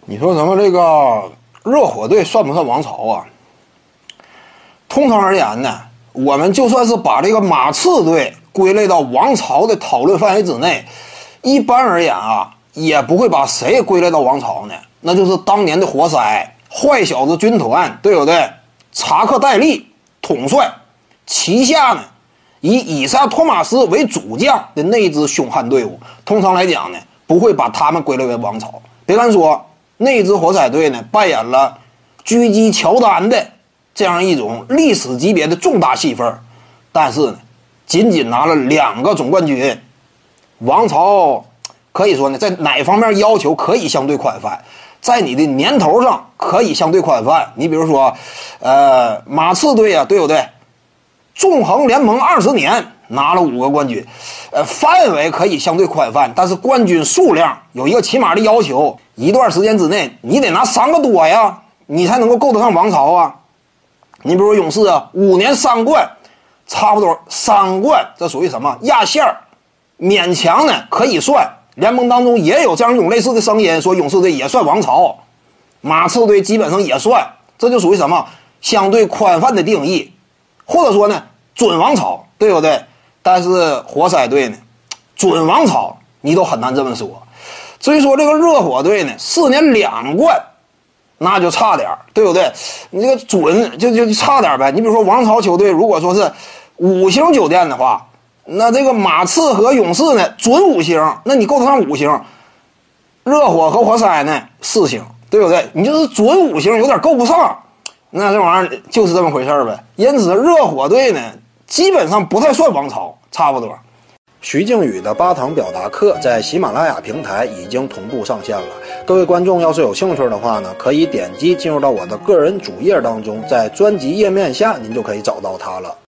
你说什么这个热火队算不算王朝啊？通常而言呢，我们就算是把这个马刺队归类到王朝的讨论范围之内，一般而言啊，也不会把谁归类到王朝呢？那就是当年的活塞坏小子军团，对不对？查克戴利统帅，旗下呢以以赛亚·托马斯为主将的那支凶悍队伍，通常来讲呢，不会把他们归类为王朝。别看说那支活塞队呢扮演了狙击乔丹的这样一种历史级别的重大戏份，但是呢，仅仅拿了2个总冠军，王朝可以说呢，在哪方面要求可以相对宽泛，在你的年头上可以相对宽泛。你比如说，马刺队啊，对不对？纵横联盟20年拿了5个冠军，范围可以相对宽泛，但是冠军数量有一个起码的要求，一段时间之内你得拿3个多呀，你才能够够得上王朝啊。你比如说勇士啊，5年3冠，差不多3冠，这属于什么压线儿，勉强呢可以算。联盟当中也有这样一种类似的声音，说勇士队也算王朝，马刺队基本上也算，这就属于什么相对宽泛的定义，或者说呢准王朝，对不对？但是活塞队呢，准王朝你都很难这么说。至于说这个热火队呢，4年2冠，那就差点，对不对？你这个准就差点呗。你比如说王朝球队，如果说是5星酒店的话，那这个马刺和勇士呢准5星，那你够得上5星。热火和活塞呢4星，对不对？你就是准5星有点够不上，那这玩意儿就是这么回事呗。因此热火队呢基本上不太算王朝，差不多。 徐静宇的8堂表达课在喜马拉雅平台已经同步上线了，各位观众要是有兴趣的话呢，可以点击进入到我的个人主页当中，在专辑页面下您就可以找到它了。